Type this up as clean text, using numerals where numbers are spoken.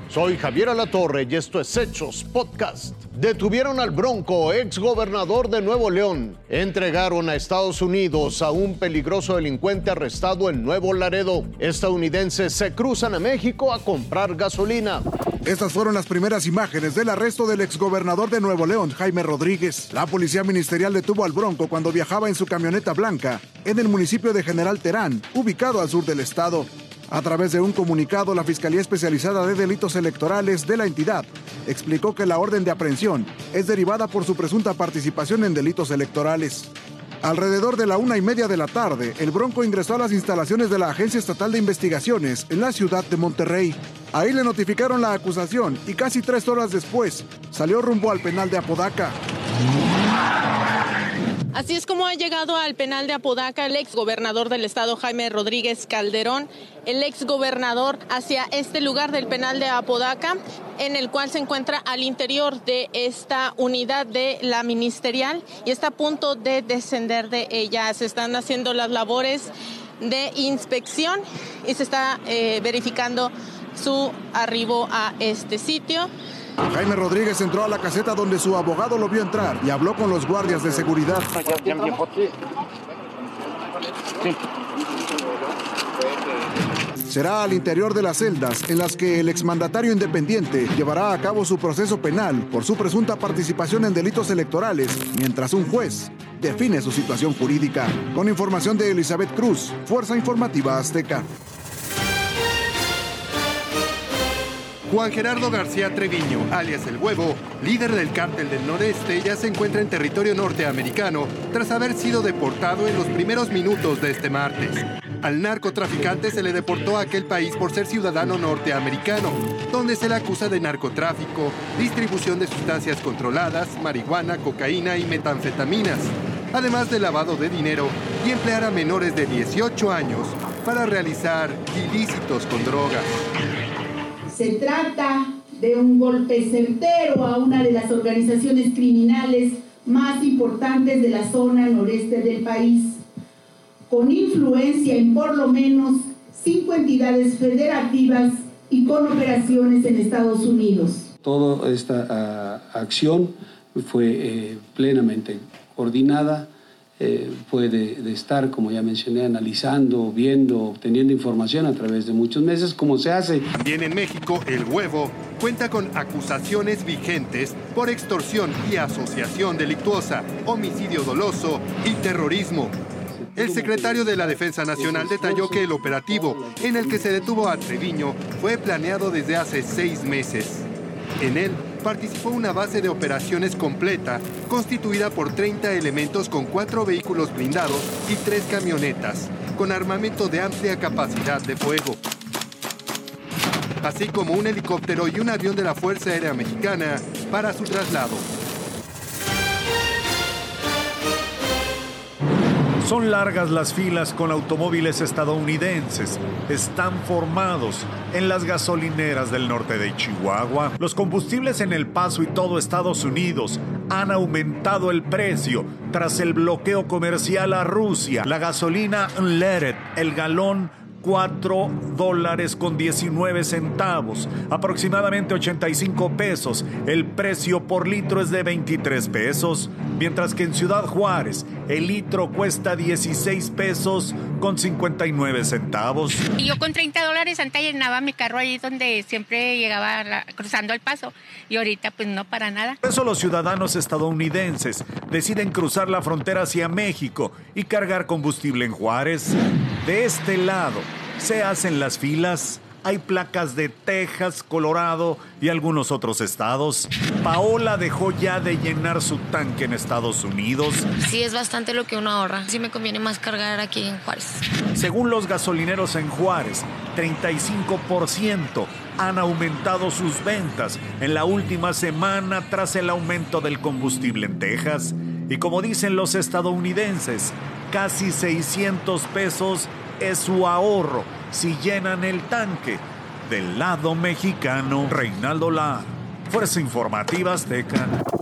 Soy Javier Alatorre y esto es Hechos Podcast. Detuvieron al Bronco, exgobernador de Nuevo León. Entregaron a Estados Unidos a un peligroso delincuente arrestado en Nuevo Laredo. Estadounidenses se cruzan a México a comprar gasolina. Estas fueron las primeras imágenes del arresto del exgobernador de Nuevo León, Jaime Rodríguez. La policía ministerial detuvo al Bronco cuando viajaba en su camioneta blanca en el municipio de General Terán, ubicado al sur del estado. A través de un comunicado, la Fiscalía Especializada de Delitos Electorales de la entidad explicó que la orden de aprehensión es derivada por su presunta participación en delitos electorales. Alrededor de la 1:30 de la tarde, el Bronco ingresó a las instalaciones de la Agencia Estatal de Investigaciones en la ciudad de Monterrey. Ahí le notificaron la acusación y casi 3 horas después salió rumbo al penal de Apodaca. Así es como ha llegado al penal de Apodaca el exgobernador del estado, Jaime Rodríguez Calderón, el exgobernador hacia este lugar del penal de Apodaca, en el cual se encuentra al interior de esta unidad de la ministerial y está a punto de descender de ella. Se están haciendo las labores de inspección y se está verificando su arribo a este sitio. Jaime Rodríguez entró a la caseta donde su abogado lo vio entrar y habló con los guardias de seguridad. Será al interior de las celdas en las que el exmandatario independiente llevará a cabo su proceso penal por su presunta participación en delitos electorales, mientras un juez define su situación jurídica. Con información de Elizabeth Cruz, Fuerza Informativa Azteca. Juan Gerardo García Treviño, alias El Huevo, líder del Cártel del Noreste, ya se encuentra en territorio norteamericano tras haber sido deportado en los primeros minutos de este martes. Al narcotraficante se le deportó a aquel país por ser ciudadano norteamericano, donde se le acusa de narcotráfico, distribución de sustancias controladas, marihuana, cocaína y metanfetaminas, además de lavado de dinero y emplear a menores de 18 años para realizar ilícitos con drogas. Se trata de un golpe certero a una de las organizaciones criminales más importantes de la zona noreste del país, con influencia en por lo menos 5 entidades federativas y con operaciones en Estados Unidos. Toda esta acción fue plenamente coordinada. Fue de estar, como ya mencioné, analizando, viendo, obteniendo información a través de muchos meses, como se hace. También en México, El Huevo cuenta con acusaciones vigentes por extorsión y asociación delictuosa, homicidio doloso y terrorismo. El secretario de la Defensa Nacional detalló que el operativo en el que se detuvo a Treviño fue planeado desde hace 6 meses. En él participó una base de operaciones completa, constituida por 30 elementos con 4 vehículos blindados y 3 camionetas, con armamento de amplia capacidad de fuego, así como un helicóptero y un avión de la Fuerza Aérea Mexicana para su traslado. Son largas las filas con automóviles estadounidenses. Están formados en las gasolineras del norte de Chihuahua. Los combustibles en El Paso y todo Estados Unidos han aumentado el precio tras el bloqueo comercial a Rusia. La gasolina Unleaded, el galón, $4.19, aproximadamente 85 pesos. El precio por litro es de 23 pesos, mientras que en Ciudad Juárez el litro cuesta 16 pesos con 59 centavos. Y yo con $30 antes llenaba mi carro ahí donde siempre llegaba cruzando el Paso, y ahorita pues no, para nada. Por eso los ciudadanos estadounidenses deciden cruzar la frontera hacia México y cargar combustible en Juárez. De este lado se hacen las filas. Hay placas de Texas, Colorado y algunos otros estados. Paola dejó ya de llenar su tanque en Estados Unidos. Sí, es bastante lo que uno ahorra. Sí me conviene más cargar aquí en Juárez. Según los gasolineros en Juárez, 35% han aumentado sus ventas en la última semana tras el aumento del combustible en Texas. Y como dicen los estadounidenses, casi 600 pesos es su ahorro si llenan el tanque. Del lado mexicano, Reinaldo Lara, Fuerza Informativa Azteca.